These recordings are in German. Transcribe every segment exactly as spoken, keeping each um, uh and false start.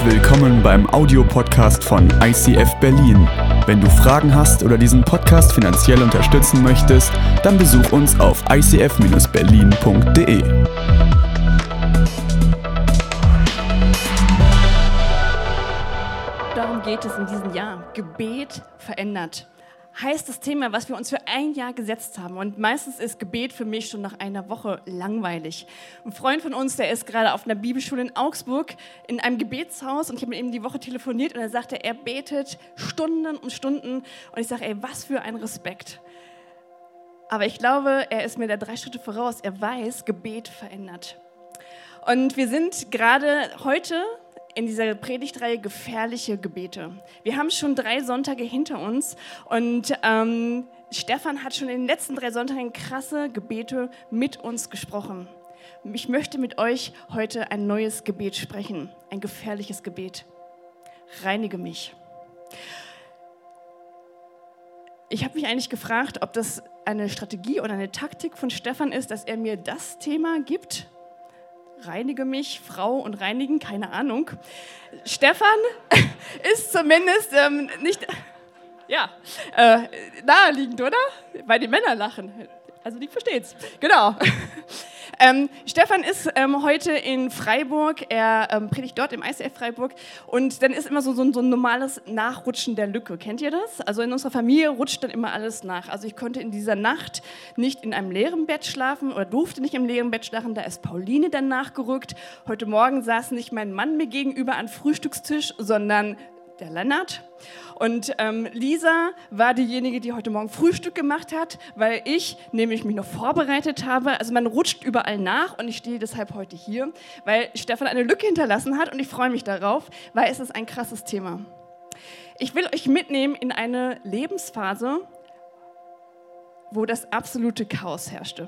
Herzlich willkommen beim Audiopodcast von I C F Berlin. Wenn du Fragen hast oder diesen Podcast finanziell unterstützen möchtest, dann besuch uns auf i c f Bindestrich berlin punkt d e. Darum geht es in diesem Jahr. Gebet verändert. Heißt das Thema, was wir uns für ein Jahr gesetzt haben. Und meistens ist Gebet für mich schon nach einer Woche langweilig. Ein Freund von uns, der ist gerade auf einer Bibelschule in Augsburg in einem Gebetshaus und ich habe mit ihm die Woche telefoniert und er sagte, er betet Stunden und Stunden und ich sage, ey, was für ein Respekt. Aber ich glaube, er ist mir da drei Schritte voraus. Er weiß, Gebet verändert. Und wir sind gerade heute in dieser Predigtreihe gefährliche Gebete. Wir haben schon drei Sonntage hinter uns und ähm, Stefan hat schon in den letzten drei Sonntagen krasse Gebete mit uns gesprochen. Ich möchte mit euch heute ein neues Gebet sprechen, ein gefährliches Gebet. Reinige mich. Ich habe mich eigentlich gefragt, ob das eine Strategie oder eine Taktik von Stefan ist, dass er mir das Thema gibt. Reinige mich, Frau und reinigen, keine Ahnung. Stefan ist zumindest ähm, nicht, ja, äh, naheliegend, oder? Weil die Männer lachen. Also die versteht's. Genau. Ähm, Stefan ist ähm, heute in Freiburg, er ähm, predigt dort im I C F Freiburg und dann ist immer so, so, so ein normales Nachrutschen der Lücke. Kennt ihr das? Also in unserer Familie rutscht dann immer alles nach. Also ich konnte in dieser Nacht nicht in einem leeren Bett schlafen oder durfte nicht im leeren Bett schlafen, da ist Pauline dann nachgerückt. Heute Morgen saß nicht mein Mann mir gegenüber am Frühstückstisch, sondern der Lennart. Und ähm, Lisa war diejenige, die heute Morgen Frühstück gemacht hat, weil ich nämlich mich noch vorbereitet habe. Also man rutscht überall nach und ich stehe deshalb heute hier, weil Stefan eine Lücke hinterlassen hat und ich freue mich darauf, weil es ist ein krasses Thema. Ich will euch mitnehmen in eine Lebensphase, wo das absolute Chaos herrschte.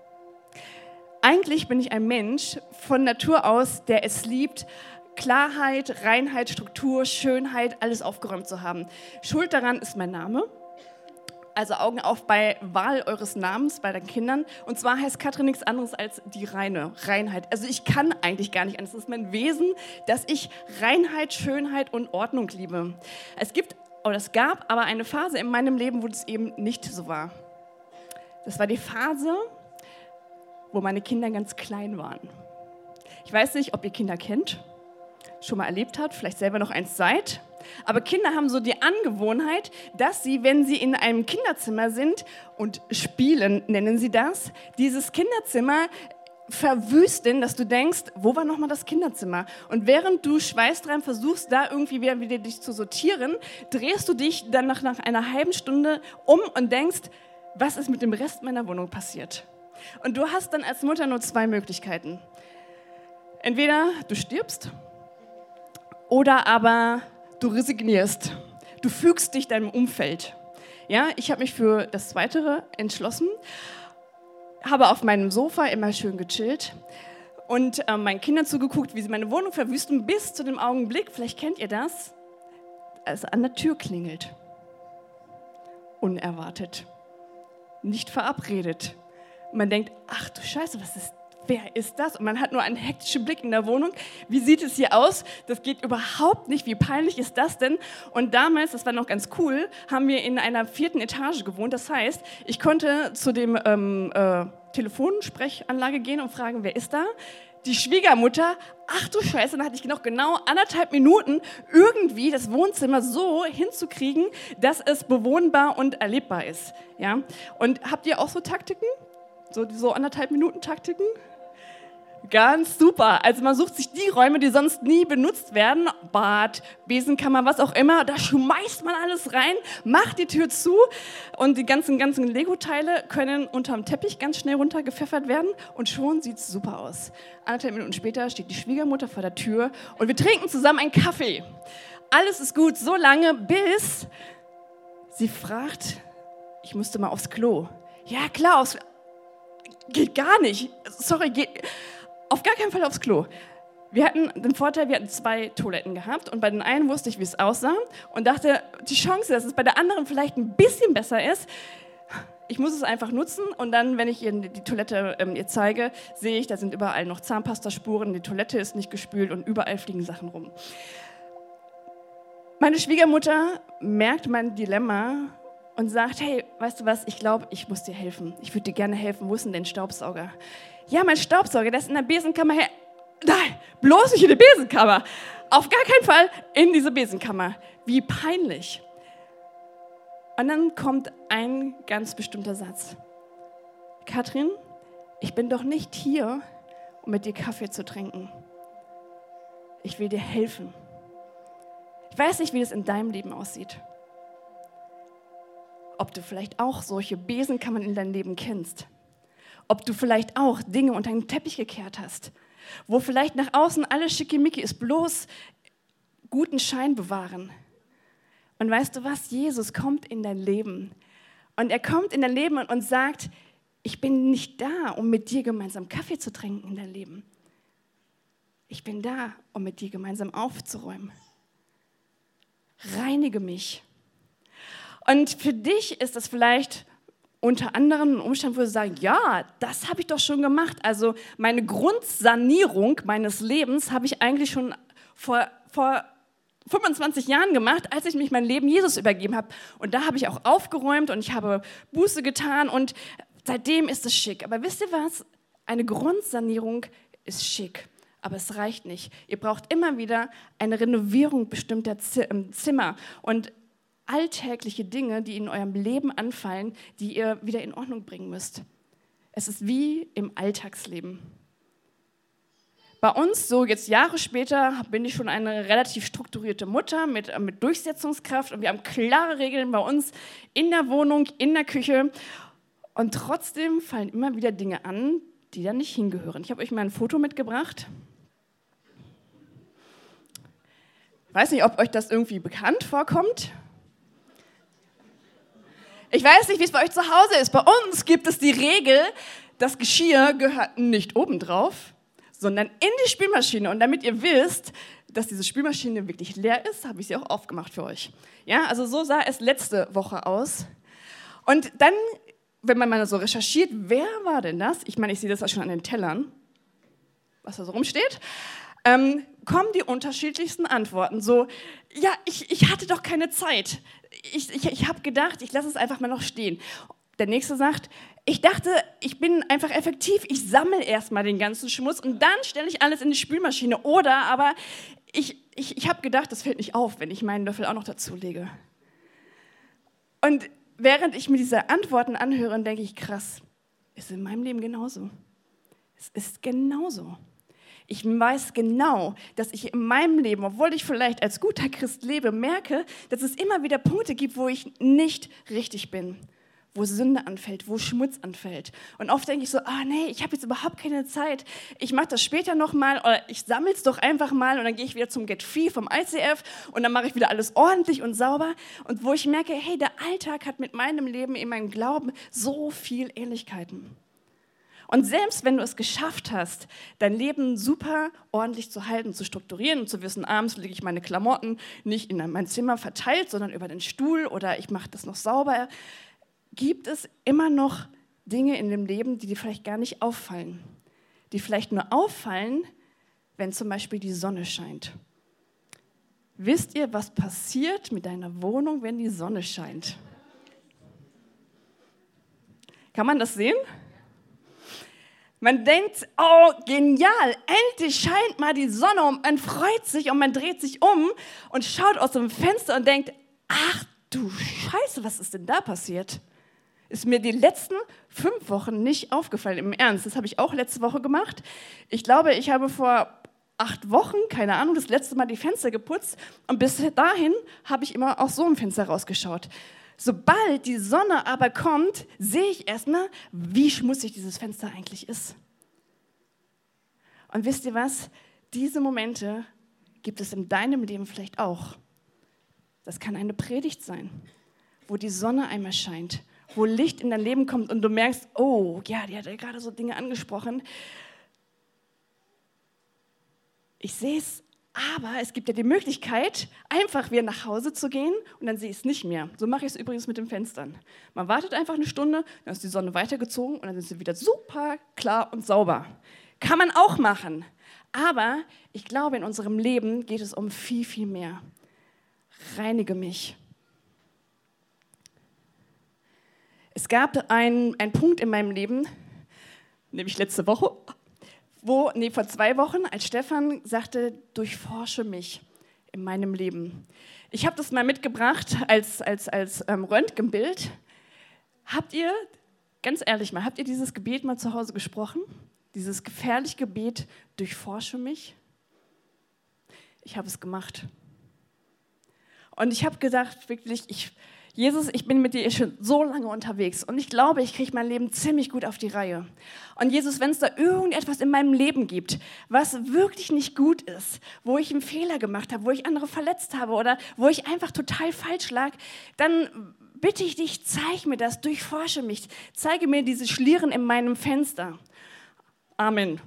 Eigentlich bin ich ein Mensch von Natur aus, der es liebt, Klarheit, Reinheit, Struktur, Schönheit, alles aufgeräumt zu haben. Schuld daran ist mein Name. Also Augen auf bei Wahl eures Namens bei den Kindern. Und zwar heißt Katrin nichts anderes als die Reine, Reinheit. Also ich kann eigentlich gar nicht anders. Es ist mein Wesen, dass ich Reinheit, Schönheit und Ordnung liebe. Es gibt, oder es gab aber eine Phase in meinem Leben, wo das eben nicht so war. Das war die Phase, wo meine Kinder ganz klein waren. Ich weiß nicht, ob ihr Kinder kennt, schon mal erlebt habt, vielleicht selber noch eins seid. Aber Kinder haben so die Angewohnheit, dass sie, wenn sie in einem Kinderzimmer sind und spielen, nennen sie das, dieses Kinderzimmer verwüsten, dass du denkst, wo war nochmal das Kinderzimmer? Und während du schweißtreibend versuchst, da irgendwie wieder, wieder dich zu sortieren, drehst du dich dann nach, nach einer halben Stunde um und denkst, was ist mit dem Rest meiner Wohnung passiert? Und du hast dann als Mutter nur zwei Möglichkeiten. Entweder du stirbst, oder aber du resignierst. Du fügst dich deinem Umfeld. Ja, ich habe mich für das Zweite entschlossen, habe auf meinem Sofa immer schön gechillt und äh, meinen Kindern zugeguckt, wie sie meine Wohnung verwüsten, bis zu dem Augenblick, vielleicht kennt ihr das, als es an der Tür klingelt. Unerwartet. Nicht verabredet. Und man denkt, ach du Scheiße, was ist wer ist das? Und man hat nur einen hektischen Blick in der Wohnung. Wie sieht es hier aus? Das geht überhaupt nicht. Wie peinlich ist das denn? Und damals, das war noch ganz cool, haben wir in einer vierten Etage gewohnt. Das heißt, ich konnte zu dem ähm, äh, Telefonsprechanlage gehen und fragen, wer ist da? Die Schwiegermutter, ach du Scheiße, dann hatte ich noch genau anderthalb Minuten, irgendwie das Wohnzimmer so hinzukriegen, dass es bewohnbar und erlebbar ist. Ja? Und habt ihr auch so Taktiken? So, so anderthalb Minuten Taktiken? Ganz super. Also man sucht sich die Räume, die sonst nie benutzt werden, Bad, Besenkammer, was auch immer, da schmeißt man alles rein, macht die Tür zu und die ganzen, ganzen Lego-Teile können unterm Teppich ganz schnell runtergepfeffert werden und schon sieht es super aus. Anderthalb Minuten später steht die Schwiegermutter vor der Tür und wir trinken zusammen einen Kaffee. Alles ist gut, so lange, bis sie fragt, ich musste mal aufs Klo. Ja klar, aufs Klo. Geht gar nicht. Sorry, geht auf gar keinen Fall aufs Klo. Wir hatten den Vorteil, wir hatten zwei Toiletten gehabt und bei den einen wusste ich, wie es aussah und dachte, die Chance, dass es bei der anderen vielleicht ein bisschen besser ist, ich muss es einfach nutzen und dann, wenn ich ihr die Toilette ähm, ihr zeige, sehe ich, da sind überall noch Zahnpastaspuren, die Toilette ist nicht gespült und überall fliegen Sachen rum. Meine Schwiegermutter merkt mein Dilemma und sagt, hey, weißt du was, ich glaube, ich muss dir helfen. Ich würde dir gerne helfen. Wo ist denn dein Staubsauger? Ja, mein Staubsauger, der ist in der Besenkammer. Hey, nein, bloß nicht in der Besenkammer. Auf gar keinen Fall in diese Besenkammer. Wie peinlich. Und dann kommt ein ganz bestimmter Satz. Katrin, ich bin doch nicht hier, um mit dir Kaffee zu trinken. Ich will dir helfen. Ich weiß nicht, wie das in deinem Leben aussieht. Ob du vielleicht auch solche Besenkammern in deinem Leben kennst. Ob du vielleicht auch Dinge unter den Teppich gekehrt hast. Wo vielleicht nach außen alles schickimicki ist, bloß guten Schein bewahren. Und weißt du was? Jesus kommt in dein Leben. Und er kommt in dein Leben und sagt, ich bin nicht da, um mit dir gemeinsam Kaffee zu trinken in dein Leben. Ich bin da, um mit dir gemeinsam aufzuräumen. Reinige mich. Und für dich ist das vielleicht unter anderem ein Umstand, wo du sagst, ja, das habe ich doch schon gemacht. Also meine Grundsanierung meines Lebens habe ich eigentlich schon vor, vor fünfundzwanzig Jahren gemacht, als ich mich mein Leben Jesus übergeben habe. Und da habe ich auch aufgeräumt und ich habe Buße getan und seitdem ist es schick. Aber wisst ihr was? Eine Grundsanierung ist schick. Aber es reicht nicht. Ihr braucht immer wieder eine Renovierung bestimmter Zimmer und alltägliche Dinge, die in eurem Leben anfallen, die ihr wieder in Ordnung bringen müsst. Es ist wie im Alltagsleben. Bei uns, so jetzt Jahre später, bin ich schon eine relativ strukturierte Mutter mit, mit Durchsetzungskraft und wir haben klare Regeln bei uns in der Wohnung, in der Küche und trotzdem fallen immer wieder Dinge an, die da nicht hingehören. Ich habe euch mal ein Foto mitgebracht. Ich weiß nicht, ob euch das irgendwie bekannt vorkommt. Ich weiß nicht, wie es bei euch zu Hause ist. Bei uns gibt es die Regel, das Geschirr gehört nicht oben drauf, sondern in die Spülmaschine. Und damit ihr wisst, dass diese Spülmaschine wirklich leer ist, habe ich sie auch aufgemacht für euch. Ja, also so sah es letzte Woche aus. Und dann, wenn man mal so recherchiert, wer war denn das? Ich meine, ich sehe das ja schon an den Tellern, was da so rumsteht. Ähm, kommen die unterschiedlichsten Antworten. So, ja, ich, ich hatte doch keine Zeit. Ich, ich, ich habe gedacht, ich lasse es einfach mal noch stehen. Der Nächste sagt, ich dachte, ich bin einfach effektiv. Ich sammle erstmal den ganzen Schmutz und dann stelle ich alles in die Spülmaschine. Oder aber ich, ich, ich habe gedacht, das fällt nicht auf, wenn ich meinen Löffel auch noch dazu lege. Und während ich mir diese Antworten anhöre, denke ich, krass, ist in meinem Leben genauso. Es ist genauso. Ich weiß genau, dass ich in meinem Leben, obwohl ich vielleicht als guter Christ lebe, merke, dass es immer wieder Punkte gibt, wo ich nicht richtig bin, wo Sünde anfällt, wo Schmutz anfällt. Und oft denke ich so, ah nee, ich habe jetzt überhaupt keine Zeit, ich mache das später nochmal oder ich sammle es doch einfach mal und dann gehe ich wieder zum Get Free vom I C F und dann mache ich wieder alles ordentlich und sauber. Und wo ich merke, hey, der Alltag hat mit meinem Leben, in meinem Glauben so viel Ähnlichkeiten. Und selbst wenn du es geschafft hast, dein Leben super ordentlich zu halten, zu strukturieren und zu wissen, abends lege ich meine Klamotten nicht in mein Zimmer verteilt, sondern über den Stuhl oder ich mache das noch sauber, gibt es immer noch Dinge in dem Leben, die dir vielleicht gar nicht auffallen. Die vielleicht nur auffallen, wenn zum Beispiel die Sonne scheint. Wisst ihr, was passiert mit deiner Wohnung, wenn die Sonne scheint? Kann man das sehen? Man denkt, oh, genial, endlich scheint mal die Sonne und man freut sich und man dreht sich um und schaut aus dem Fenster und denkt, ach du Scheiße, was ist denn da passiert? Ist mir die letzten fünf Wochen nicht aufgefallen, im Ernst. Das habe ich auch letzte Woche gemacht. Ich glaube, ich habe vor acht Wochen, keine Ahnung, das letzte Mal die Fenster geputzt und bis dahin habe ich immer aus so einem Fenster rausgeschaut. Sobald die Sonne aber kommt, sehe ich erstmal, wie schmutzig dieses Fenster eigentlich ist. Und wisst ihr was? Diese Momente gibt es in deinem Leben vielleicht auch. Das kann eine Predigt sein, wo die Sonne einmal scheint, wo Licht in dein Leben kommt und du merkst, oh, ja, die hat ja gerade so Dinge angesprochen. Ich sehe es Aber es gibt ja die Möglichkeit, einfach wieder nach Hause zu gehen und dann sehe ich es nicht mehr. So mache ich es übrigens mit den Fenstern. Man wartet einfach eine Stunde, dann ist die Sonne weitergezogen und dann sind sie wieder super klar und sauber. Kann man auch machen. Aber ich glaube, in unserem Leben geht es um viel, viel mehr. Reinige mich. Es gab einen, einen Punkt in meinem Leben, nämlich letzte Woche, wo, nee, vor zwei Wochen, als Stefan sagte, durchforsche mich in meinem Leben. Ich habe das mal mitgebracht als, als, als ähm, Röntgenbild. Habt ihr, ganz ehrlich mal, habt ihr dieses Gebet mal zu Hause gesprochen? Dieses gefährliche Gebet, durchforsche mich? Ich habe es gemacht. Und ich habe gedacht, wirklich, ich, Jesus, ich bin mit dir schon so lange unterwegs und ich glaube, ich kriege mein Leben ziemlich gut auf die Reihe. Und Jesus, wenn es da irgendetwas in meinem Leben gibt, was wirklich nicht gut ist, wo ich einen Fehler gemacht habe, wo ich andere verletzt habe oder wo ich einfach total falsch lag, dann bitte ich dich, zeig mir das, durchforsche mich, zeige mir diese Schlieren in meinem Fenster. Amen.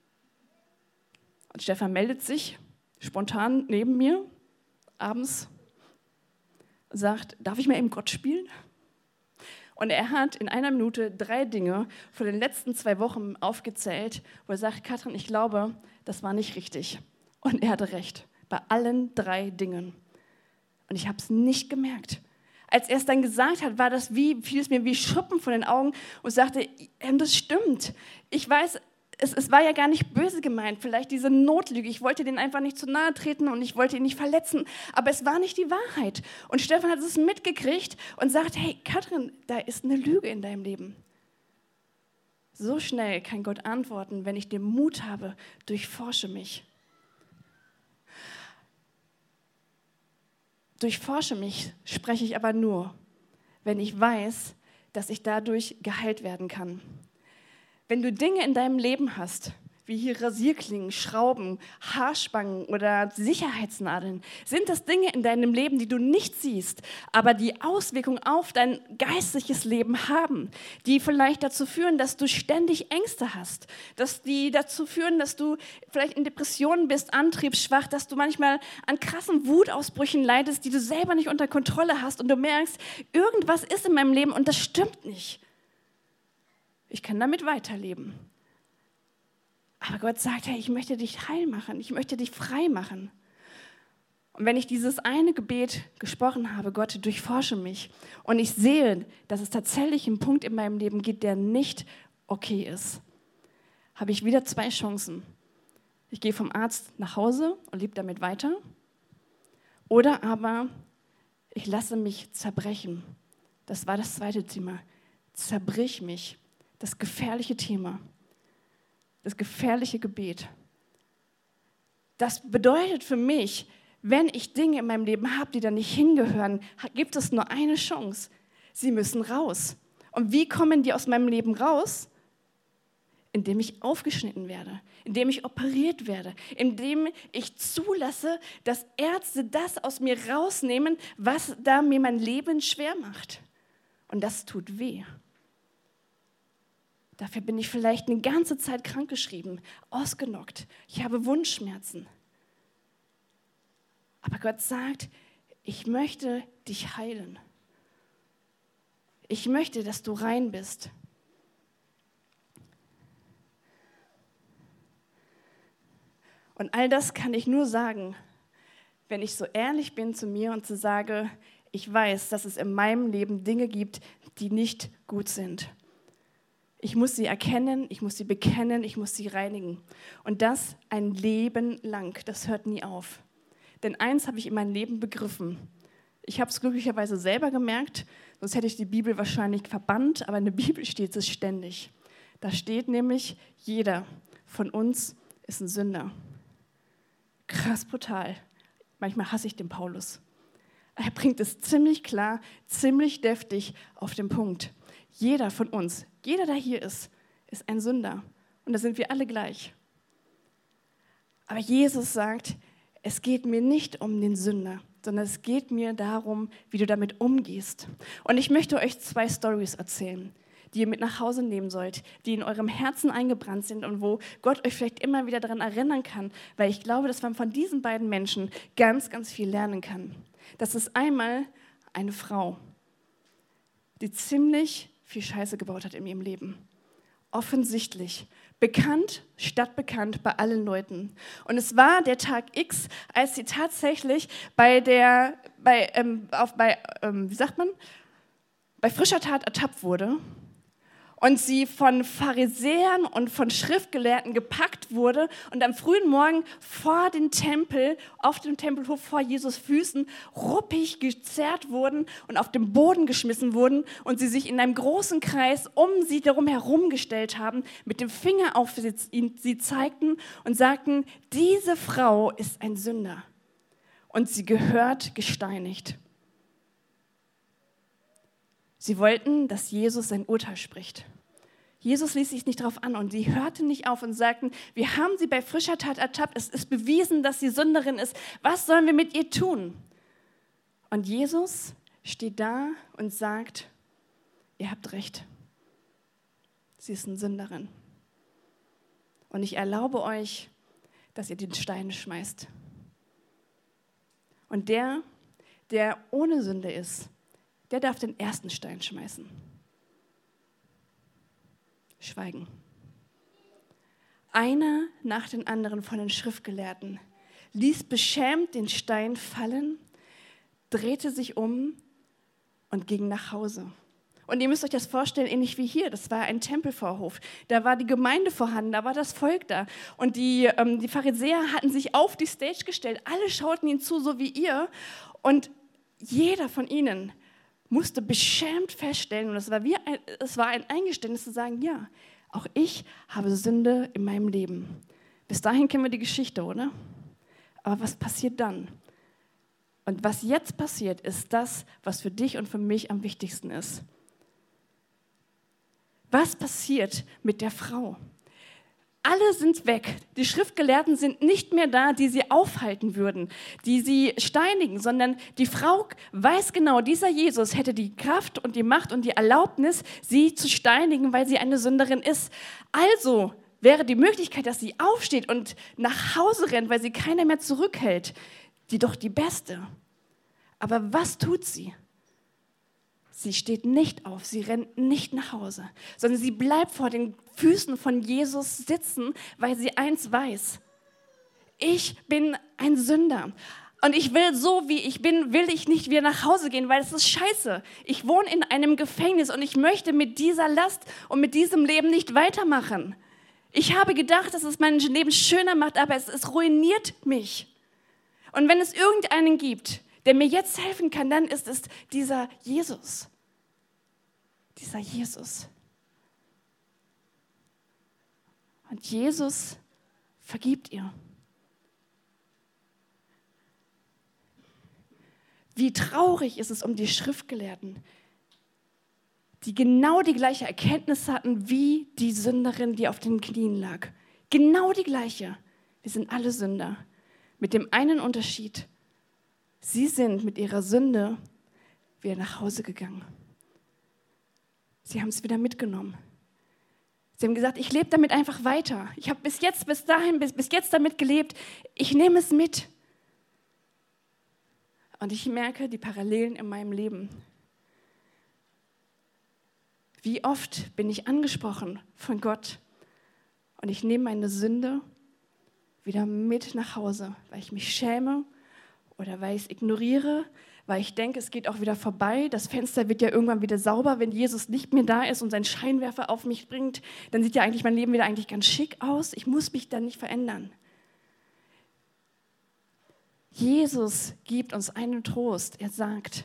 Und Stefan meldet sich spontan neben mir, abends, sagt, darf ich mal eben Gott spielen? Und er hat in einer Minute drei Dinge von den letzten zwei Wochen aufgezählt, wo er sagt, Katrin, ich glaube, das war nicht richtig. Und er hatte recht, bei allen drei Dingen. Und ich habe es nicht gemerkt. Als er es dann gesagt hat, war das wie, fiel es mir wie Schuppen von den Augen und sagte, das stimmt. Ich weiß, Es, es war ja gar nicht böse gemeint, vielleicht diese Notlüge. Ich wollte denen einfach nicht zu nahe treten und ich wollte ihn nicht verletzen, aber es war nicht die Wahrheit. Und Stefan hat es mitgekriegt und sagt, hey Katrin, da ist eine Lüge in deinem Leben. So schnell kann Gott antworten, wenn ich den Mut habe, durchforsche mich. Durchforsche mich spreche ich aber nur, wenn ich weiß, dass ich dadurch geheilt werden kann. Wenn du Dinge in deinem Leben hast, wie hier Rasierklingen, Schrauben, Haarspangen oder Sicherheitsnadeln, sind das Dinge in deinem Leben, die du nicht siehst, aber die Auswirkungen auf dein geistliches Leben haben, die vielleicht dazu führen, dass du ständig Ängste hast, dass die dazu führen, dass du vielleicht in Depressionen bist, antriebsschwach, dass du manchmal an krassen Wutausbrüchen leidest, die du selber nicht unter Kontrolle hast und du merkst, irgendwas ist in meinem Leben und das stimmt nicht. Ich kann damit weiterleben. Aber Gott sagt, hey, ich möchte dich heil machen, ich möchte dich frei machen. Und wenn ich dieses eine Gebet gesprochen habe, Gott, durchforsche mich, und ich sehe, dass es tatsächlich einen Punkt in meinem Leben gibt, der nicht okay ist, habe ich wieder zwei Chancen. Ich gehe vom Arzt nach Hause und lebe damit weiter. Oder aber ich lasse mich zerbrechen. Das war das zweite Thema. Zerbrich mich. Das gefährliche Thema, das gefährliche Gebet. Das bedeutet für mich, wenn ich Dinge in meinem Leben habe, die da nicht hingehören, gibt es nur eine Chance. Sie müssen raus. Und wie kommen die aus meinem Leben raus? Indem ich aufgeschnitten werde, indem ich operiert werde, indem ich zulasse, dass Ärzte das aus mir rausnehmen, was da mir mein Leben schwer macht. Und das tut weh. Dafür bin ich vielleicht eine ganze Zeit krankgeschrieben, ausgenockt. Ich habe Wundschmerzen. Aber Gott sagt, ich möchte dich heilen. Ich möchte, dass du rein bist. Und all das kann ich nur sagen, wenn ich so ehrlich bin zu mir und zu sage, ich weiß, dass es in meinem Leben Dinge gibt, die nicht gut sind. Ich muss sie erkennen, ich muss sie bekennen, ich muss sie reinigen. Und das ein Leben lang, das hört nie auf. Denn eins habe ich in meinem Leben begriffen. Ich habe es glücklicherweise selber gemerkt, sonst hätte ich die Bibel wahrscheinlich verbannt, aber in der Bibel steht es ständig. Da steht nämlich, jeder von uns ist ein Sünder. Krass brutal. Manchmal hasse ich den Paulus. Er bringt es ziemlich klar, ziemlich deftig auf den Punkt. Jeder von uns, jeder, der hier ist, ist ein Sünder. Und da sind wir alle gleich. Aber Jesus sagt, es geht mir nicht um den Sünder, sondern es geht mir darum, wie du damit umgehst. Und ich möchte euch zwei Storys erzählen, die ihr mit nach Hause nehmen sollt, die in eurem Herzen eingebrannt sind und wo Gott euch vielleicht immer wieder daran erinnern kann, weil ich glaube, dass man von diesen beiden Menschen ganz, ganz viel lernen kann. Das ist einmal eine Frau, die ziemlich viel Scheiße gebaut hat in ihrem Leben. Offensichtlich. Bekannt, stadtbekannt bei allen Leuten. Und es war der Tag X, als sie tatsächlich bei der, bei, ähm, auf, bei, ähm, wie sagt man, bei frischer Tat ertappt wurde und sie von Pharisäern und von Schriftgelehrten gepackt wurde und am frühen Morgen vor den Tempel, auf dem Tempelhof vor Jesus Füßen ruppig gezerrt wurden und auf den Boden geschmissen wurden und sie sich in einem großen Kreis um sie darum herumgestellt haben, mit dem Finger auf sie, sie zeigten und sagten, diese Frau ist ein Sünder und sie gehört gesteinigt. Sie wollten, dass Jesus sein Urteil spricht. Jesus ließ sich nicht darauf an und sie hörten nicht auf und sagten, wir haben sie bei frischer Tat ertappt, es ist bewiesen, dass sie Sünderin ist. Was sollen wir mit ihr tun? Und Jesus steht da und sagt, ihr habt recht, sie ist eine Sünderin. Und ich erlaube euch, dass ihr den Stein schmeißt. Und der, der ohne Sünde ist, der darf den ersten Stein schmeißen. Schweigen. Einer nach dem anderen von den Schriftgelehrten ließ beschämt den Stein fallen, drehte sich um und ging nach Hause. Und ihr müsst euch das vorstellen, ähnlich wie hier. Das war ein Tempelvorhof. Da war die Gemeinde vorhanden, da war das Volk da. Und die, ähm, die Pharisäer hatten sich auf die Stage gestellt. Alle schauten ihnen zu, so wie ihr. Und jeder von ihnen musste beschämt feststellen, und es war, wie ein, es war ein Eingeständnis zu sagen, ja, auch ich habe Sünde in meinem Leben. Bis dahin kennen wir die Geschichte, oder? Aber was passiert dann? Und was jetzt passiert, ist das, was für dich und für mich am wichtigsten ist. Was passiert mit der Frau? Alle sind weg. Die Schriftgelehrten sind nicht mehr da, die sie aufhalten würden, die sie steinigen, sondern die Frau weiß genau, dieser Jesus hätte die Kraft und die Macht und die Erlaubnis, sie zu steinigen, weil sie eine Sünderin ist. Also wäre die Möglichkeit, dass sie aufsteht und nach Hause rennt, weil sie keiner mehr zurückhält, die doch die beste. Aber was tut sie? Sie steht nicht auf, sie rennt nicht nach Hause, sondern sie bleibt vor den Füßen von Jesus sitzen, weil sie eins weiß. Ich bin ein Sünder und ich will so, wie ich bin, will ich nicht wieder nach Hause gehen, weil es ist scheiße. Ich wohne in einem Gefängnis und ich möchte mit dieser Last und mit diesem Leben nicht weitermachen. Ich habe gedacht, dass es mein Leben schöner macht, aber es, es ruiniert mich. Und wenn es irgendeinen gibt, der mir jetzt helfen kann, dann ist es dieser Jesus. Dieser Jesus. Und Jesus vergibt ihr. Wie traurig ist es um die Schriftgelehrten, die genau die gleiche Erkenntnis hatten wie die Sünderin, die auf den Knien lag. Genau die gleiche. Wir sind alle Sünder. Mit dem einen Unterschied. Sie sind mit ihrer Sünde wieder nach Hause gegangen. Sie haben es wieder mitgenommen. Sie haben gesagt, ich lebe damit einfach weiter. Ich habe bis jetzt, bis dahin, bis, bis jetzt damit gelebt. Ich nehme es mit. Und ich merke die Parallelen in meinem Leben. Wie oft bin ich angesprochen von Gott und ich nehme meine Sünde wieder mit nach Hause, weil ich mich schäme oder weil ich es ignoriere, weil ich denke, es geht auch wieder vorbei. Das Fenster wird ja irgendwann wieder sauber, wenn Jesus nicht mehr da ist und seinen Scheinwerfer auf mich bringt. Dann sieht ja eigentlich mein Leben wieder eigentlich ganz schick aus. Ich muss mich dann nicht verändern. Jesus gibt uns einen Trost. Er sagt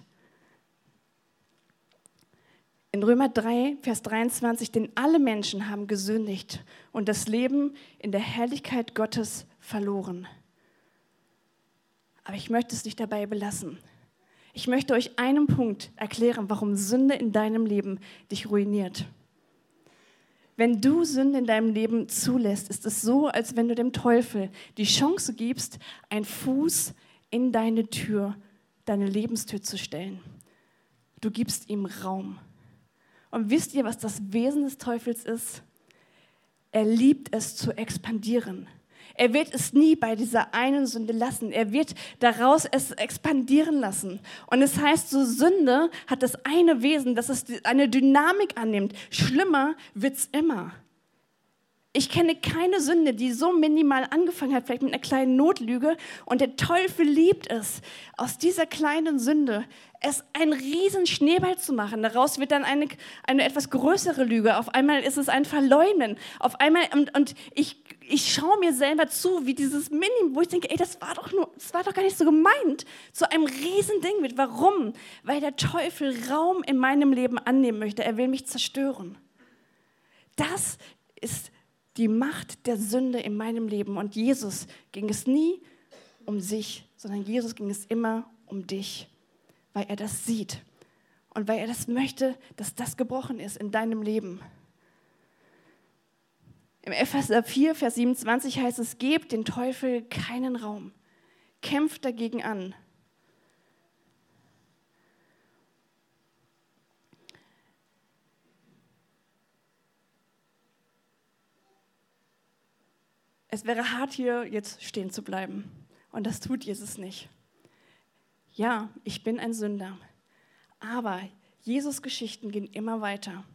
in Römer drei, Vers dreiundzwanzig, denn alle Menschen haben gesündigt und das Leben in der Herrlichkeit Gottes verloren. Aber ich möchte es nicht dabei belassen. Ich möchte euch einen Punkt erklären, warum Sünde in deinem Leben dich ruiniert. Wenn du Sünde in deinem Leben zulässt, ist es so, als wenn du dem Teufel die Chance gibst, einen Fuß in deine Tür, deine Lebenstür zu stellen. Du gibst ihm Raum. Und wisst ihr, was das Wesen des Teufels ist? Er liebt es zu expandieren. Er wird es nie bei dieser einen Sünde lassen. Er wird daraus es expandieren lassen. Und es heißt, so Sünde hat das eine Wesen, dass es eine Dynamik annimmt. Schlimmer wird es immer. Ich kenne keine Sünde, die so minimal angefangen hat, vielleicht mit einer kleinen Notlüge. Und der Teufel liebt es, aus dieser kleinen Sünde es einen riesen Schneeball zu machen. Daraus wird dann eine, eine etwas größere Lüge. Auf einmal ist es ein Verleumden. Auf einmal, und, und ich, ich schaue mir selber zu, wie dieses Minimum, wo ich denke, ey, das war doch nur, das war doch gar nicht so gemeint, zu einem riesen Ding wird. Warum? Weil der Teufel Raum in meinem Leben annehmen möchte. Er will mich zerstören. Das ist die Macht der Sünde in meinem Leben. Und Jesus ging es nie um sich, sondern Jesus ging es immer um dich, weil er das sieht und weil er das möchte, dass das gebrochen ist in deinem Leben. Im Epheser vier, Vers siebenundzwanzig heißt es, gebt den Teufel keinen Raum, kämpft dagegen an. Es wäre hart, hier jetzt stehen zu bleiben. Und das tut Jesus nicht. Ja, ich bin ein Sünder. Aber Jesus' Geschichten gehen immer weiter.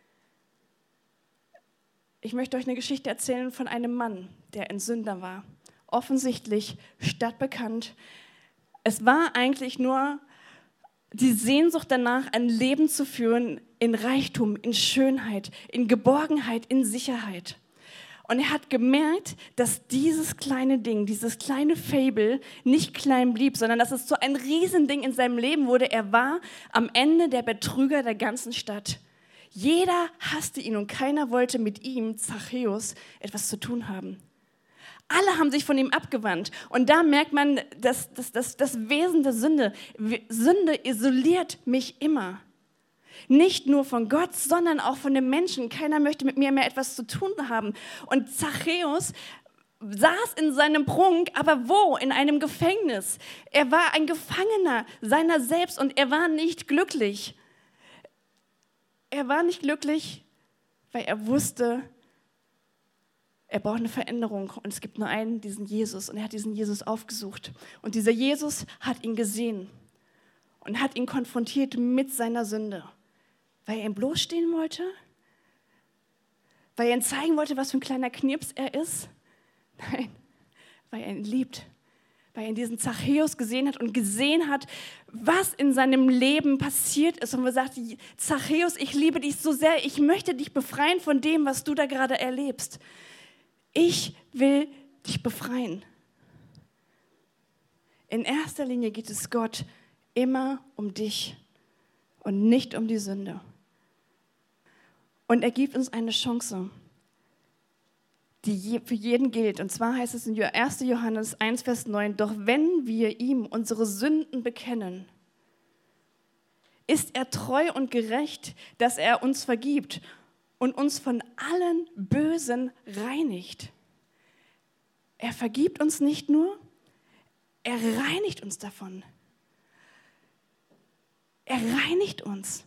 Ich möchte euch eine Geschichte erzählen von einem Mann, der ein Sünder war. Offensichtlich stadtbekannt. Es war eigentlich nur die Sehnsucht danach, ein Leben zu führen in Reichtum, in Schönheit, in Geborgenheit, in Sicherheit. Und er hat gemerkt, dass dieses kleine Ding, dieses kleine Fable nicht klein blieb, sondern dass es so ein Riesending in seinem Leben wurde. Er war am Ende der Betrüger der ganzen Stadt. Jeder hasste ihn und keiner wollte mit ihm, Zachäus, etwas zu tun haben. Alle haben sich von ihm abgewandt. Und da merkt man das, das, das, das Wesen der Sünde. Sünde isoliert mich immer. Nicht nur von Gott, sondern auch von den Menschen. Keiner möchte mit mir mehr etwas zu tun haben. Und Zachäus saß in seinem Prunk, aber wo? In einem Gefängnis. Er war ein Gefangener seiner selbst und er war nicht glücklich. Er war nicht glücklich, weil er wusste, er braucht eine Veränderung und es gibt nur einen, diesen Jesus. Und er hat diesen Jesus aufgesucht. Und dieser Jesus hat ihn gesehen und hat ihn konfrontiert mit seiner Sünde. Weil er ihn bloßstehen wollte? Weil er ihm zeigen wollte, was für ein kleiner Knirps er ist? Nein, weil er ihn liebt. Weil er diesen Zachäus gesehen hat und gesehen hat, was in seinem Leben passiert ist. Und er sagt, Zachäus, ich liebe dich so sehr, ich möchte dich befreien von dem, was du da gerade erlebst. Ich will dich befreien. In erster Linie geht es Gott immer um dich und nicht um die Sünde. Und er gibt uns eine Chance, die für jeden gilt. Und zwar heißt es in erster Johannes eins, Vers neun, doch wenn wir ihm unsere Sünden bekennen, ist er treu und gerecht, dass er uns vergibt und uns von allen Bösen reinigt. Er vergibt uns nicht nur, er reinigt uns davon. Er reinigt uns.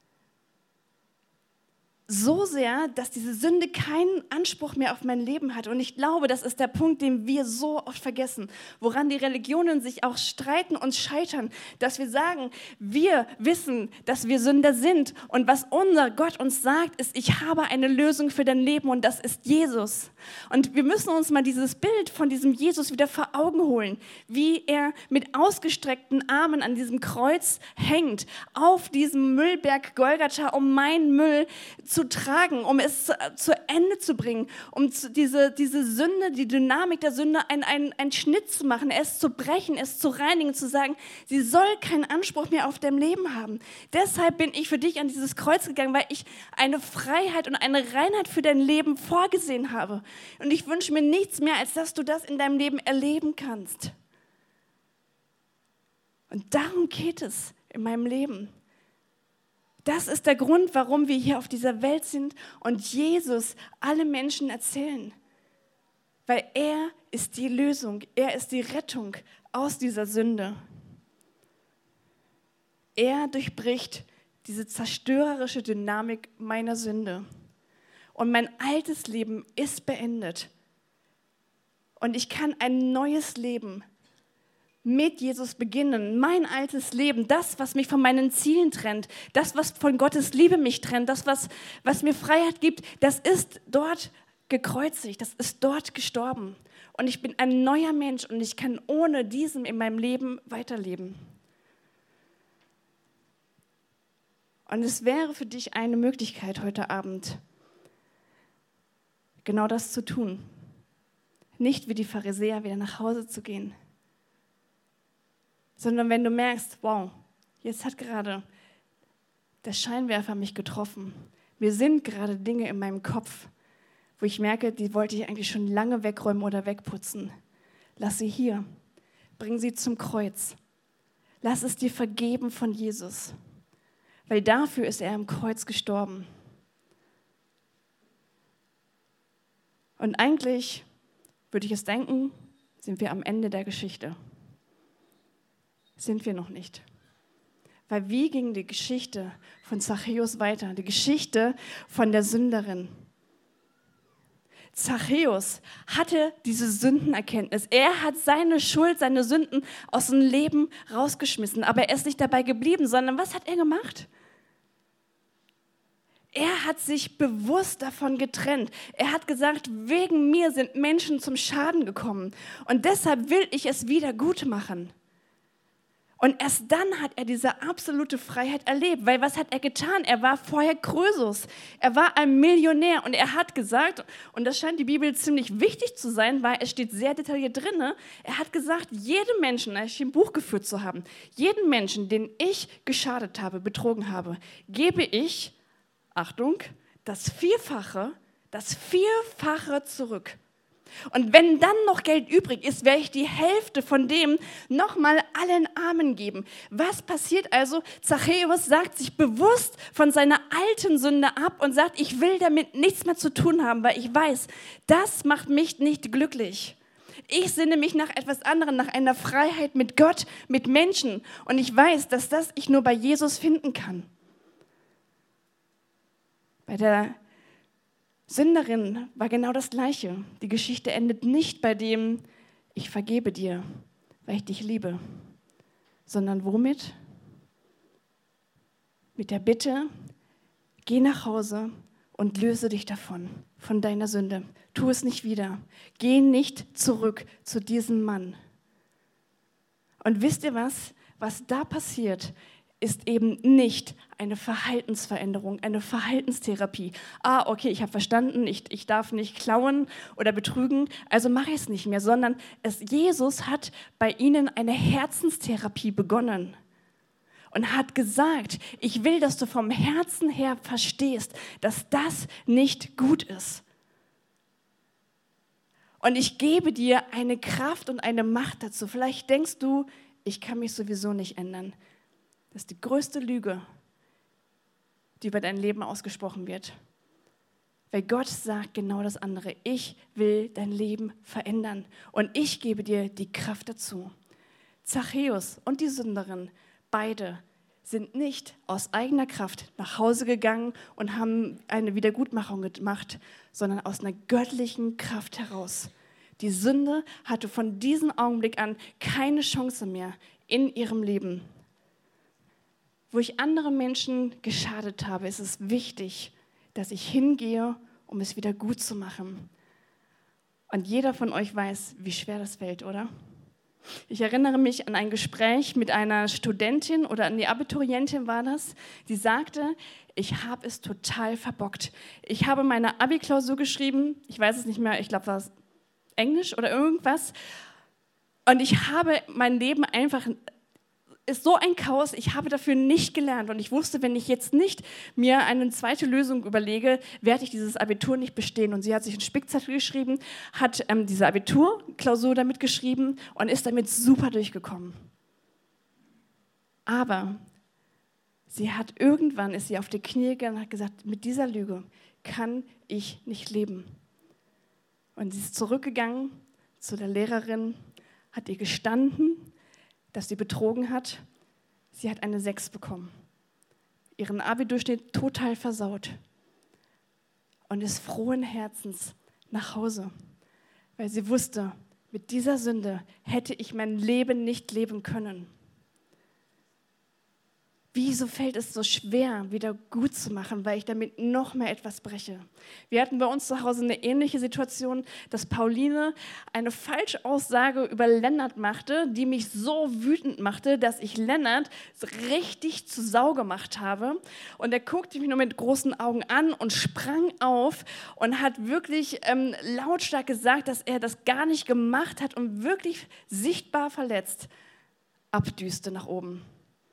So sehr, dass diese Sünde keinen Anspruch mehr auf mein Leben hat. Und ich glaube, das ist der Punkt, den wir so oft vergessen, woran die Religionen sich auch streiten und scheitern, dass wir sagen, wir wissen, dass wir Sünder sind und was unser Gott uns sagt, ist, ich habe eine Lösung für dein Leben und das ist Jesus. Und wir müssen uns mal dieses Bild von diesem Jesus wieder vor Augen holen, wie er mit ausgestreckten Armen an diesem Kreuz hängt, auf diesem Müllberg Golgatha, um meinen Müll zu tragen, um es zu, zu Ende zu bringen, um zu, diese, diese Sünde, die Dynamik der Sünde, einen, einen, einen Schnitt zu machen, es zu brechen, es zu reinigen, zu sagen, sie soll keinen Anspruch mehr auf dein Leben haben. Deshalb bin ich für dich an dieses Kreuz gegangen, weil ich eine Freiheit und eine Reinheit für dein Leben vorgesehen habe. Und ich wünsche mir nichts mehr, als dass du das in deinem Leben erleben kannst. Und darum geht es in meinem Leben. Das ist der Grund, warum wir hier auf dieser Welt sind und Jesus alle Menschen erzählen. Weil er ist die Lösung, er ist die Rettung aus dieser Sünde. Er durchbricht diese zerstörerische Dynamik meiner Sünde. Und mein altes Leben ist beendet. Und ich kann ein neues Leben mit Jesus beginnen. Mein altes Leben, das, was mich von meinen Zielen trennt, das, was von Gottes Liebe mich trennt, das, was, was mir Freiheit gibt, das ist dort gekreuzigt, das ist dort gestorben. Und ich bin ein neuer Mensch und ich kann ohne diesem in meinem Leben weiterleben. Und es wäre für dich eine Möglichkeit heute Abend, genau das zu tun. Nicht wie die Pharisäer wieder nach Hause zu gehen, sondern wenn du merkst, wow, jetzt hat gerade der Scheinwerfer mich getroffen. Mir sind gerade Dinge in meinem Kopf, wo ich merke, die wollte ich eigentlich schon lange wegräumen oder wegputzen. Lass sie hier. Bring sie zum Kreuz. Lass es dir vergeben von Jesus. Weil dafür ist er am Kreuz gestorben. Und eigentlich, würde ich es denken, sind wir am Ende der Geschichte. Sind wir noch nicht. Weil wie ging die Geschichte von Zachäus weiter? Die Geschichte von der Sünderin. Zachäus hatte diese Sündenerkenntnis. Er hat seine Schuld, seine Sünden aus dem Leben rausgeschmissen. Aber er ist nicht dabei geblieben, sondern was hat er gemacht? Er hat sich bewusst davon getrennt. Er hat gesagt, wegen mir sind Menschen zum Schaden gekommen. Und deshalb will ich es wieder gut machen. Und erst dann hat er diese absolute Freiheit erlebt. Weil was hat er getan? Er war vorher Krösus. Er war ein Millionär. Und er hat gesagt, und das scheint die Bibel ziemlich wichtig zu sein, weil es steht sehr detailliert drin, er hat gesagt, jedem Menschen, er schien ein Buch geführt zu haben, jeden Menschen, den ich geschadet habe, betrogen habe, gebe ich, Achtung, das Vierfache, das Vierfache zurück. Und wenn dann noch Geld übrig ist, werde ich die Hälfte von dem nochmal allen Armen geben. Was passiert also? Zachäus sagt sich bewusst von seiner alten Sünde ab und sagt, ich will damit nichts mehr zu tun haben, weil ich weiß, das macht mich nicht glücklich. Ich sehne mich nach etwas anderem, nach einer Freiheit mit Gott, mit Menschen. Und ich weiß, dass das ich nur bei Jesus finden kann. Bei der Sünderin war genau das Gleiche. Die Geschichte endet nicht bei dem, ich vergebe dir, weil ich dich liebe, sondern womit? Mit der Bitte, geh nach Hause und löse dich davon, von deiner Sünde. Tu es nicht wieder. Geh nicht zurück zu diesem Mann. Und wisst ihr was? Was da passiert, ist eben nicht eine Verhaltensveränderung, eine Verhaltenstherapie. Ah, okay, ich habe verstanden, ich, ich darf nicht klauen oder betrügen, also mache ich es nicht mehr, sondern es, Jesus hat bei ihnen eine Herzenstherapie begonnen und hat gesagt, ich will, dass du vom Herzen her verstehst, dass das nicht gut ist. Und ich gebe dir eine Kraft und eine Macht dazu. Vielleicht denkst du, ich kann mich sowieso nicht ändern. Das ist die größte Lüge, die über dein Leben ausgesprochen wird. Weil Gott sagt genau das andere. Ich will dein Leben verändern und ich gebe dir die Kraft dazu. Zachäus und die Sünderin, beide sind nicht aus eigener Kraft nach Hause gegangen und haben eine Wiedergutmachung gemacht, sondern aus einer göttlichen Kraft heraus. Die Sünde hatte von diesem Augenblick an keine Chance mehr in ihrem Leben. Wo ich anderen Menschen geschadet habe, ist es wichtig, dass ich hingehe, um es wieder gut zu machen. Und jeder von euch weiß, wie schwer das fällt, oder? Ich erinnere mich an ein Gespräch mit einer Studentin oder an die Abiturientin war das, die sagte, ich habe es total verbockt. Ich habe meine Abi-Klausur geschrieben, ich weiß es nicht mehr, ich glaube, war es Englisch oder irgendwas. Und ich habe mein Leben einfach... ist so ein Chaos, ich habe dafür nicht gelernt und ich wusste, wenn ich jetzt nicht mir eine zweite Lösung überlege, werde ich dieses Abitur nicht bestehen. Und sie hat sich einen Spickzettel geschrieben, hat ähm, diese Abiturklausur damit geschrieben und ist damit super durchgekommen. Aber sie hat irgendwann, ist sie auf die Knie gegangen und hat gesagt, mit dieser Lüge kann ich nicht leben. Und sie ist zurückgegangen zu der Lehrerin, hat ihr gestanden, dass sie betrogen hat. Sie hat eine sechs bekommen. ihren Abi-Durchschnitt total versaut und ist frohen Herzens nach Hause, weil sie wusste, mit dieser Sünde hätte ich mein Leben nicht leben können. Wieso fällt es so schwer, wieder gut zu machen, weil ich damit noch mehr etwas breche? Wir hatten bei uns zu Hause eine ähnliche Situation, dass Pauline eine Falschaussage über Lennart machte, die mich so wütend machte, dass ich Lennart richtig zu Sau gemacht habe. Und er guckte mich nur mit großen Augen an und sprang auf und hat wirklich ähm, lautstark gesagt, dass er das gar nicht gemacht hat und wirklich sichtbar verletzt abdüste nach oben.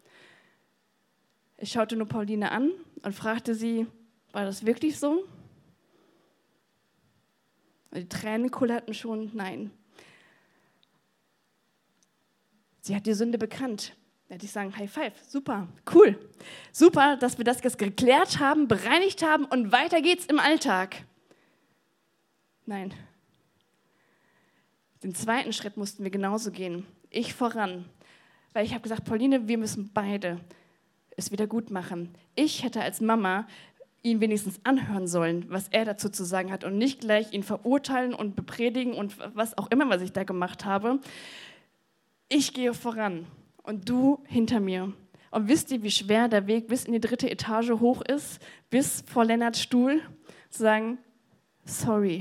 Ich schaute nur Pauline an und fragte sie, war das wirklich so? Die Tränen kullerten schon, nein. Sie hat die Sünde bekannt. Da hätte ich sagen, High Five, super, cool. Super, dass wir das jetzt geklärt haben, bereinigt haben und weiter geht's im Alltag. Nein. Den zweiten Schritt mussten wir genauso gehen. Ich voran. Weil ich habe gesagt, Pauline, wir müssen beide es wieder gut machen. Ich hätte als Mama ihn wenigstens anhören sollen, was er dazu zu sagen hat und nicht gleich ihn verurteilen und bepredigen und was auch immer, was ich da gemacht habe. Ich gehe voran und du hinter mir. Und wisst ihr, wie schwer der Weg bis in die dritte Etage hoch ist, bis vor Lennarts Stuhl, zu sagen, sorry.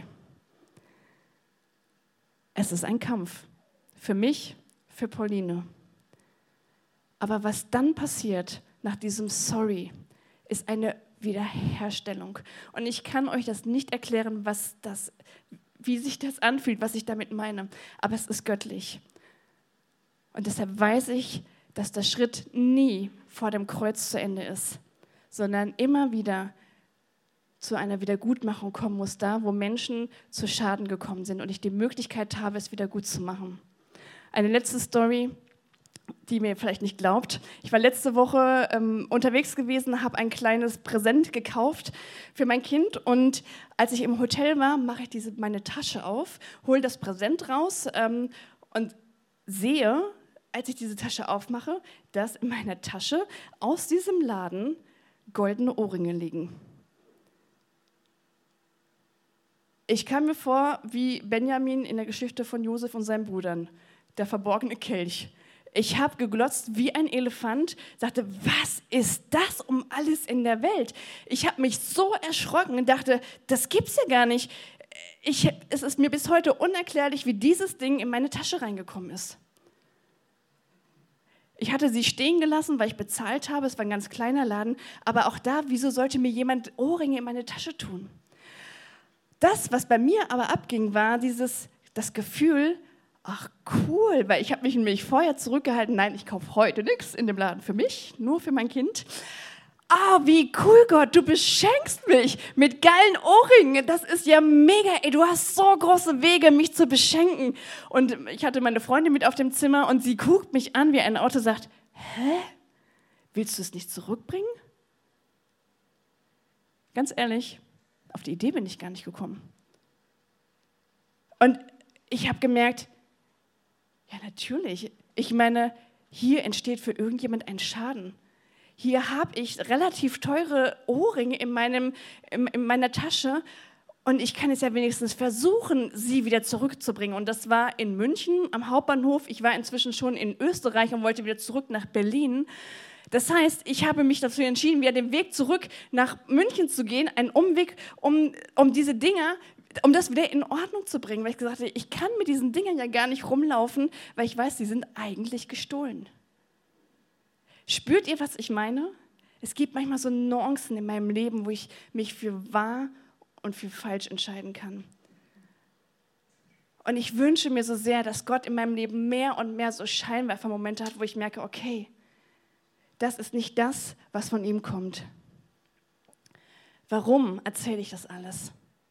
Es ist ein Kampf. Für mich, für Pauline. Aber was dann passiert, nach diesem Sorry, ist eine Wiederherstellung. Und ich kann euch das nicht erklären, was das, wie sich das anfühlt, was ich damit meine. Aber es ist göttlich. Und deshalb weiß ich, dass der Schritt nie vor dem Kreuz zu Ende ist, sondern immer wieder zu einer Wiedergutmachung kommen muss, da wo Menschen zu Schaden gekommen sind und ich die Möglichkeit habe, es wieder gut zu machen. Eine letzte Story, die mir vielleicht nicht glaubt. Ich war letzte Woche ähm, unterwegs gewesen, habe ein kleines Präsent gekauft für mein Kind und als ich im Hotel war, mache ich diese, meine Tasche auf, hole das Präsent raus ähm, und sehe, als ich diese Tasche aufmache, dass in meiner Tasche aus diesem Laden goldene Ohrringe liegen. Ich kam mir vor wie Benjamin in der Geschichte von Josef und seinen Brüdern, der verborgene Kelch. Ich habe geglotzt wie ein Elefant, sagte, was ist das um alles in der Welt? Ich habe mich so erschrocken und dachte, das gibt's ja gar nicht. Ich, es ist mir bis heute unerklärlich, wie dieses Ding in meine Tasche reingekommen ist. Ich hatte sie stehen gelassen, weil ich bezahlt habe, es war ein ganz kleiner Laden, aber auch da, wieso sollte mir jemand Ohrringe in meine Tasche tun? Das, was bei mir aber abging, war dieses, das Gefühl, ach cool, weil ich habe mich nämlich vorher zurückgehalten, nein, ich kaufe heute nichts in dem Laden für mich, nur für mein Kind. Ah, wie cool, Gott, du beschenkst mich mit geilen Ohrringen, das ist ja mega, ey, du hast so große Wege, mich zu beschenken. Und ich hatte meine Freundin mit auf dem Zimmer und sie guckt mich an, wie ein Auto sagt, hä, willst du es nicht zurückbringen? Ganz ehrlich, auf die Idee bin ich gar nicht gekommen. Und ich habe gemerkt, ja, natürlich. Ich meine, hier entsteht für irgendjemand ein Schaden. Hier habe ich relativ teure Ohrringe in, meinem, in, in meiner Tasche und ich kann es ja wenigstens versuchen, sie wieder zurückzubringen. Und das war in München am Hauptbahnhof. Ich war inzwischen schon in Österreich und wollte wieder zurück nach Berlin. Das heißt, ich habe mich dafür entschieden, wieder den Weg zurück nach München zu gehen, einen Umweg, um, um diese Dinger um das wieder in Ordnung zu bringen, weil ich gesagt habe, ich kann mit diesen Dingern ja gar nicht rumlaufen, weil ich weiß, die sind eigentlich gestohlen. Spürt ihr, was ich meine? Es gibt manchmal so Nuancen in meinem Leben, wo ich mich für wahr und für falsch entscheiden kann. Und ich wünsche mir so sehr, dass Gott in meinem Leben mehr und mehr so Scheinwerfermomente hat, wo ich merke, okay, das ist nicht das, was von ihm kommt. Warum erzähle ich das alles?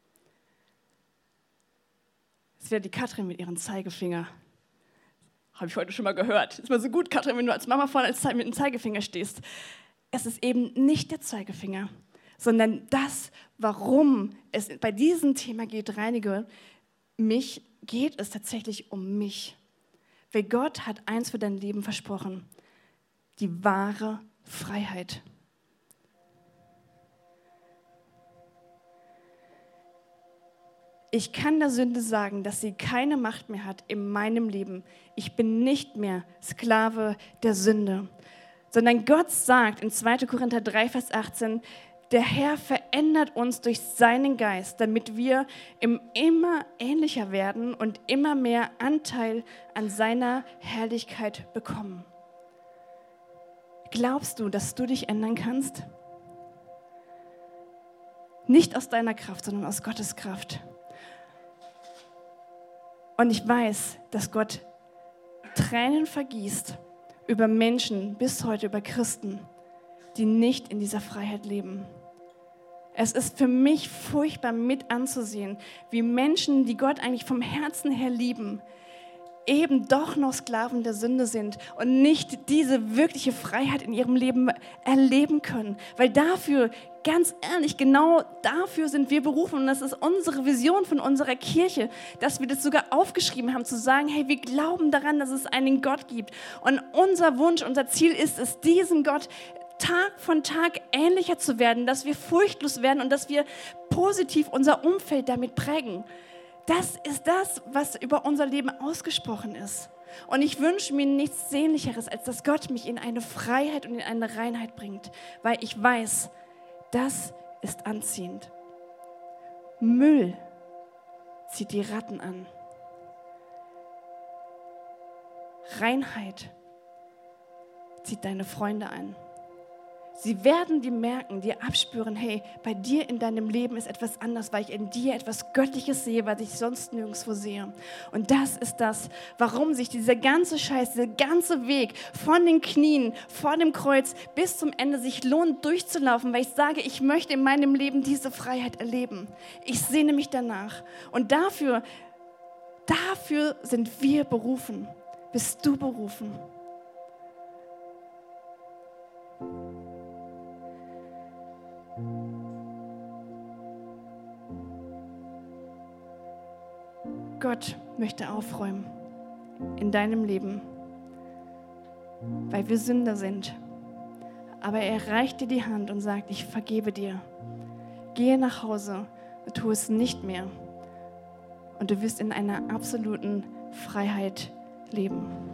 Jetzt wieder die Katrin mit ihrem Zeigefinger. Habe ich heute schon mal gehört. Ist mal so gut, Katrin, wenn du als Mama vorne mit dem Zeigefinger stehst. Es ist eben nicht der Zeigefinger, sondern das, warum es bei diesem Thema geht, reinige mich, geht es tatsächlich um mich. Weil Gott hat eins für dein Leben versprochen, die wahre Freiheit. Ich kann der Sünde sagen, dass sie keine Macht mehr hat in meinem Leben. Ich bin nicht mehr Sklave der Sünde. Sondern Gott sagt in zweiter Korinther drei, Vers achtzehn, der Herr verändert uns durch seinen Geist, damit wir immer ähnlicher werden und immer mehr Anteil an seiner Herrlichkeit bekommen. Glaubst du, dass du dich ändern kannst? Nicht aus deiner Kraft, sondern aus Gottes Kraft. Und ich weiß, dass Gott Tränen vergießt über Menschen, bis heute über Christen, die nicht in dieser Freiheit leben. Es ist für mich furchtbar mit anzusehen, wie Menschen, die Gott eigentlich vom Herzen her lieben, eben doch noch Sklaven der Sünde sind und nicht diese wirkliche Freiheit in ihrem Leben erleben können. Weil dafür, ganz ehrlich, genau dafür sind wir berufen und das ist unsere Vision von unserer Kirche, dass wir das sogar aufgeschrieben haben, zu sagen, hey, wir glauben daran, dass es einen Gott gibt. Und unser Wunsch, unser Ziel ist es, diesem Gott Tag von Tag ähnlicher zu werden, dass wir furchtlos werden und dass wir positiv unser Umfeld damit prägen. Das ist das, was über unser Leben ausgesprochen ist. Und ich wünsche mir nichts Sehnlicheres, als dass Gott mich in eine Freiheit und in eine Reinheit bringt, weil ich weiß, das ist anziehend. Müll zieht die Ratten an. Reinheit zieht deine Freunde an. Sie werden dir merken, dir abspüren, hey, bei dir in deinem Leben ist etwas anders, weil ich in dir etwas Göttliches sehe, was ich sonst nirgendwo sehe. Und das ist das, warum sich dieser ganze Scheiß, dieser ganze Weg von den Knien, vor dem Kreuz bis zum Ende sich lohnt durchzulaufen, weil ich sage, ich möchte in meinem Leben diese Freiheit erleben. Ich sehne mich danach. Und dafür, dafür sind wir berufen. Bist du berufen? Gott möchte aufräumen in deinem Leben, weil wir Sünder sind. Aber er reicht dir die Hand und sagt, ich vergebe dir. Gehe nach Hause und tu es nicht mehr. Und du wirst in einer absoluten Freiheit leben.